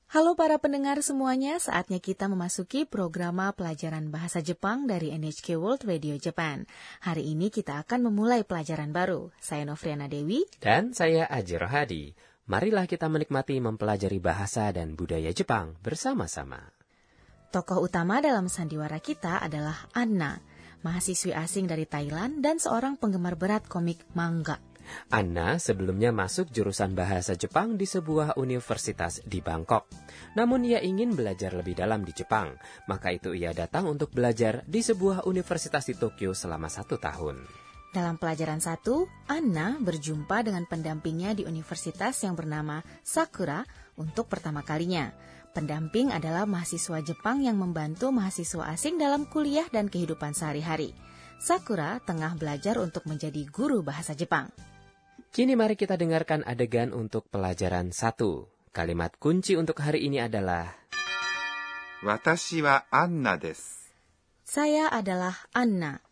Halo para pendengar semuanya, saatnya kita memasuki programa pelajaran bahasa Jepang dari NHK World Radio Japan. Hari ini kita akan memulai pelajaran baru. Saya Novriana Dewi. Dan saya Aji Rohadi. Marilah kita menikmati mempelajari bahasa dan budaya Jepang bersama-sama. Tokoh utama dalam sandiwara kita adalah Anna, mahasiswi asing dari Thailand dan seorang penggemar berat komik manga. Anna sebelumnya masuk jurusan bahasa Jepang di sebuah universitas di Bangkok. Namun ia ingin belajar lebih dalam di Jepang, maka itu ia datang untuk belajar di sebuah universitas di Tokyo selama 1 tahun. Dalam pelajaran 1, Anna berjumpa dengan pendampingnya di universitas yang bernama Sakura untuk pertama kalinya. Pendamping adalah mahasiswa Jepang yang membantu mahasiswa asing dalam kuliah dan kehidupan sehari-hari. Sakura tengah belajar untuk menjadi guru bahasa Jepang. Kini mari kita dengarkan adegan untuk pelajaran 1. Kalimat kunci untuk hari ini adalah 私はアンナです。 Saya adalah Anna.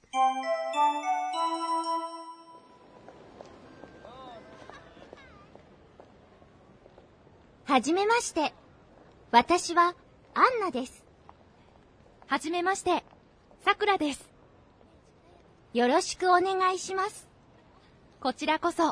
Hajimemashite. Watashi wa Anna desu. Hajimemashite. Sakura desu. Yoroshiku onegai shimasu. Kochira koso.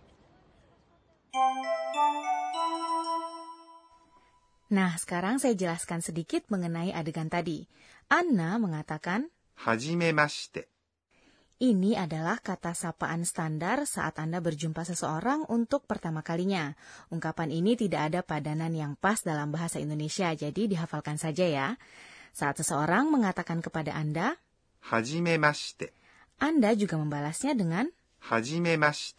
Nah, sekarang saya jelaskan sedikit mengenai adegan tadi. Anna mengatakan, はじめまして。 ini adalah kata sapaan standar saat Anda berjumpa seseorang untuk pertama kalinya. Ungkapan ini tidak ada padanan yang pas dalam bahasa Indonesia, jadi dihafalkan saja ya. Saat seseorang mengatakan kepada Anda, はじめまして。 Anda juga membalasnya dengan, はじめまして。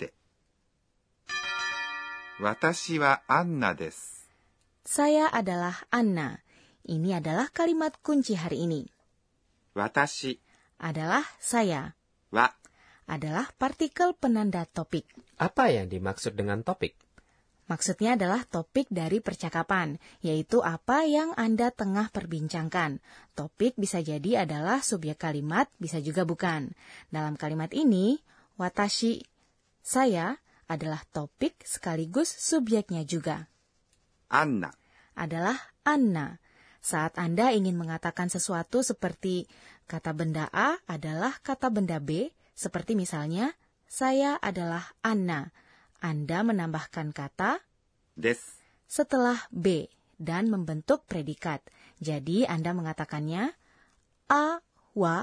私はアンナです。 saya adalah Anna. Ini adalah kalimat kunci hari ini. 私 Adalah saya. は Adalah partikel penanda topik. apa yang dimaksud dengan topik? Maksudnya adalah topik dari percakapan, yaitu apa yang Anda tengah perbincangkan. Topik bisa jadi adalah subjek kalimat, bisa juga bukan. Dalam kalimat ini, watashi, saya, adalah topik sekaligus subjeknya juga. アンナ Adalah Anna. Saat Anda ingin mengatakan sesuatu seperti kata benda A adalah kata benda B, seperti misalnya, saya adalah Anna. Anda menambahkan kata です。 setelah B dan membentuk predikat. Jadi Anda mengatakannya A wa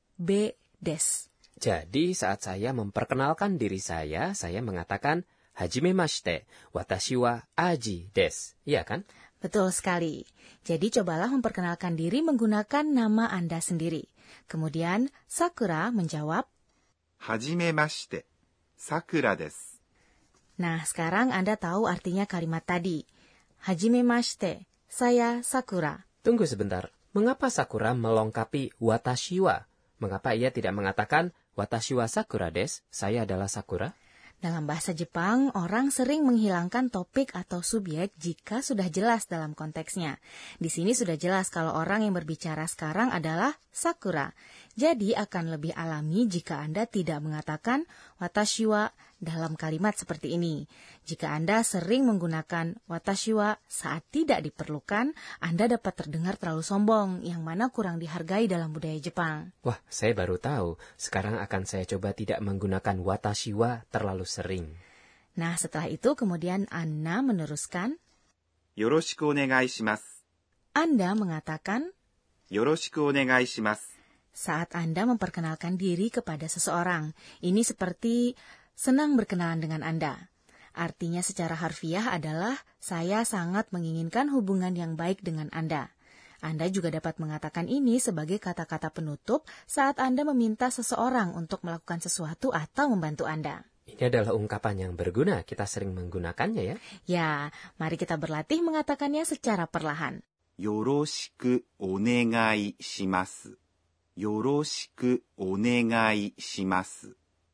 B des. Jadi saat saya memperkenalkan diri saya mengatakan Hajimemashite, watashi wa Aji desu. Iya kan? Betul sekali. Jadi cobalah memperkenalkan diri menggunakan nama Anda sendiri. Kemudian Sakura menjawab, はじめまして。さくらです。 nah sekarang Anda tahu artinya kalimat tadi. Hajimemashite, saya Sakura. Tunggu sebentar. Mengapa Sakura melengkapi watashi wa? Mengapa ia tidak mengatakan watashi wa Sakura desu? Saya adalah Sakura? Dalam bahasa Jepang, orang sering menghilangkan topik atau subjek jika sudah jelas dalam konteksnya. Di sini sudah jelas kalau orang yang berbicara sekarang adalah Sakura. Jadi akan lebih alami jika Anda tidak mengatakan watashi wa dalam kalimat seperti ini. Jika Anda sering menggunakan watashi wa saat tidak diperlukan, Anda dapat terdengar terlalu sombong, yang mana kurang dihargai dalam budaya Jepang. Wah, saya baru tahu. Sekarang akan saya coba tidak menggunakan watashi wa terlalu sering. Nah, setelah itu kemudian Anna meneruskan, よろしくお願いします。 Anda mengatakan よろしくお願いします。 saat Anda memperkenalkan diri kepada seseorang. Ini seperti senang berkenalan dengan Anda. Artinya secara harfiah adalah saya sangat menginginkan hubungan yang baik dengan Anda. Anda juga dapat mengatakan ini sebagai kata-kata penutup saat Anda meminta seseorang untuk melakukan sesuatu atau membantu Anda. Ini adalah ungkapan yang berguna. Kita sering menggunakannya ya. Ya, mari kita berlatih mengatakannya secara perlahan. よろしくお願いします。よろしくお願いします。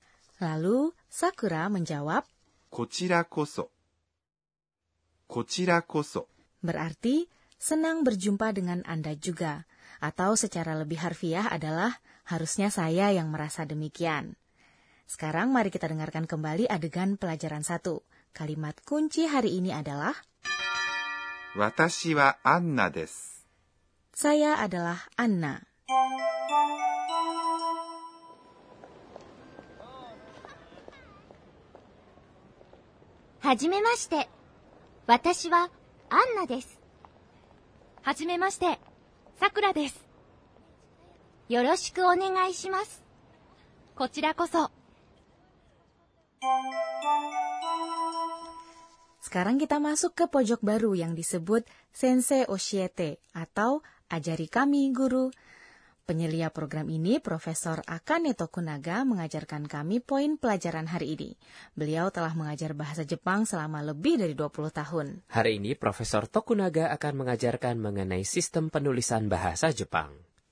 Lalu Sakura menjawab, こちらこそ。こちらこそ。 berarti senang berjumpa dengan Anda juga. Atau secara lebih harfiah adalah harusnya saya yang merasa demikian. Sekarang mari kita dengarkan kembali adegan pelajaran 1. Kalimat kunci hari ini adalah 私はアンナです。 Saya adalah Anna. Hajimemashite. Watashi wa Anna desu. Hajimemashite. Sakura desu. Yoroshiku onegai shimasu. Kochira koso. Sekarang kita masuk ke pojok baru yang disebut Sensei Oshiete atau Ajari Kami Guru. Penyelia program ini, Profesor Akane Tokunaga, mengajarkan kami poin pelajaran hari ini. Beliau telah mengajar bahasa Jepang selama lebih dari 20 tahun. Hari ini Profesor Tokunaga akan mengajarkan mengenai sistem penulisan bahasa Jepang.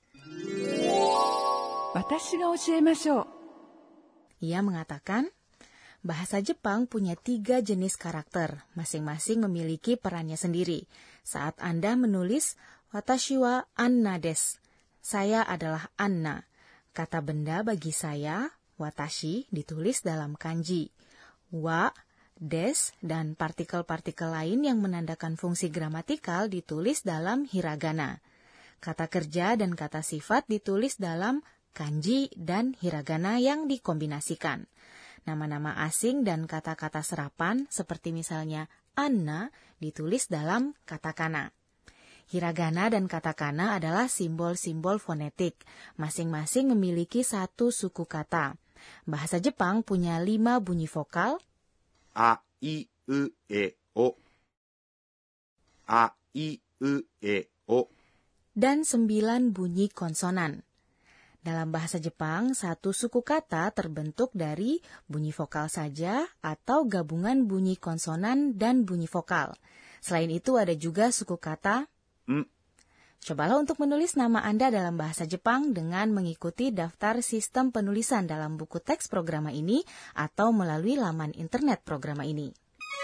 Ia mengatakan, bahasa Jepang punya 3 jenis karakter, masing-masing memiliki perannya sendiri. Saat Anda menulis, watashi wa Anna desu, saya adalah Anna. Kata benda bagi saya, watashi, ditulis dalam kanji. Wa, des, dan partikel-partikel lain yang menandakan fungsi gramatikal ditulis dalam hiragana. Kata kerja dan kata sifat ditulis dalam kanji dan hiragana yang dikombinasikan. Nama-nama asing dan kata-kata serapan seperti misalnya Anna ditulis dalam katakana. Hiragana dan katakana adalah simbol-simbol fonetik. Masing-masing memiliki satu suku kata. Bahasa Jepang punya 5 bunyi vokal. A, I, U, E, O. A, I, U, E, O. Dan 9 bunyi konsonan. Dalam bahasa Jepang, satu suku kata terbentuk dari bunyi vokal saja atau gabungan bunyi konsonan dan bunyi vokal. Selain itu ada juga suku kata. Cobalah untuk menulis nama Anda dalam bahasa Jepang dengan mengikuti daftar sistem penulisan dalam buku teks programa ini atau melalui laman internet programa ini.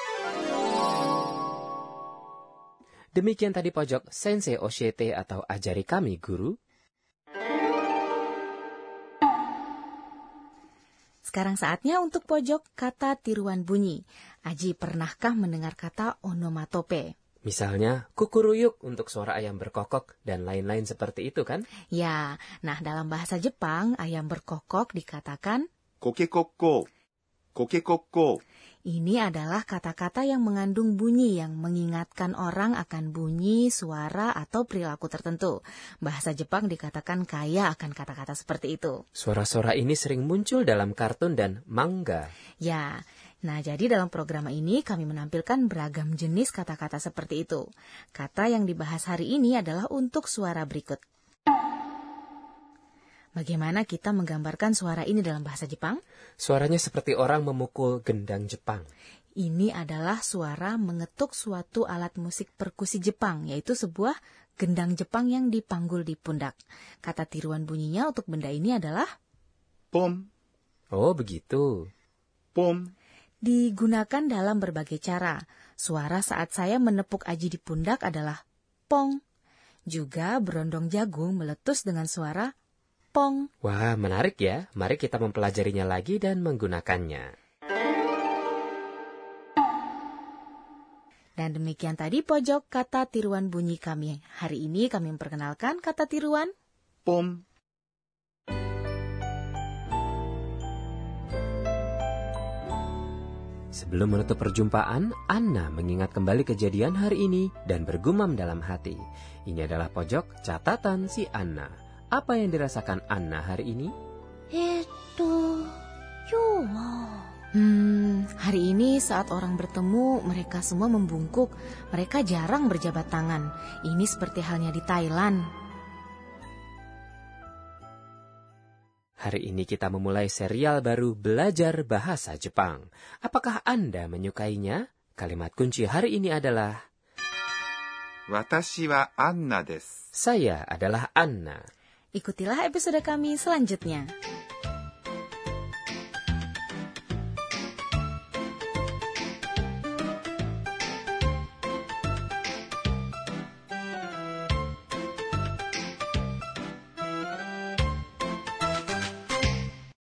Demikian tadi pojok Sensei Oshiete atau Ajari Kami Guru. Sekarang saatnya untuk pojok kata tiruan bunyi. Aji, pernahkah mendengar kata onomatope? Misalnya, kukuruyuk untuk suara ayam berkokok dan lain-lain seperti itu kan? Ya, nah dalam bahasa Jepang, ayam berkokok dikatakan kokekokko. Kokekokko. Ini adalah kata-kata yang mengandung bunyi yang mengingatkan orang akan bunyi, suara, atau perilaku tertentu. Bahasa Jepang dikatakan kaya akan kata-kata seperti itu. Suara-suara ini sering muncul dalam kartun dan manga. Ya, nah jadi dalam program ini kami menampilkan beragam jenis kata-kata seperti itu. Kata yang dibahas hari ini adalah untuk suara berikut. Bagaimana kita menggambarkan suara ini dalam bahasa Jepang? Suaranya seperti orang memukul gendang Jepang. Ini adalah suara mengetuk suatu alat musik perkusi Jepang, yaitu sebuah gendang Jepang yang dipanggul di pundak. Kata tiruan bunyinya untuk benda ini adalah pom. Oh, begitu. Pom. Digunakan dalam berbagai cara. Suara saat saya menepuk Aji di pundak adalah pong. Juga berondong jagung meletus dengan suara pong. Wah, menarik ya. Mari kita mempelajarinya lagi dan menggunakannya. Dan demikian tadi pojok kata tiruan bunyi kami. Hari ini kami memperkenalkan kata tiruan pom. Sebelum menutup perjumpaan, Anna mengingat kembali kejadian hari ini dan bergumam dalam hati. Ini adalah pojok catatan si Anna. Apa yang dirasakan Anna hari ini? Hari ini saat orang bertemu, mereka semua membungkuk. Mereka jarang berjabat tangan. Ini seperti halnya di Thailand. Hari ini kita memulai serial baru Belajar Bahasa Jepang. Apakah Anda menyukainya? Kalimat kunci hari ini adalah Watashi wa Anna desu. Saya adalah Anna. Ikutilah episode kami selanjutnya.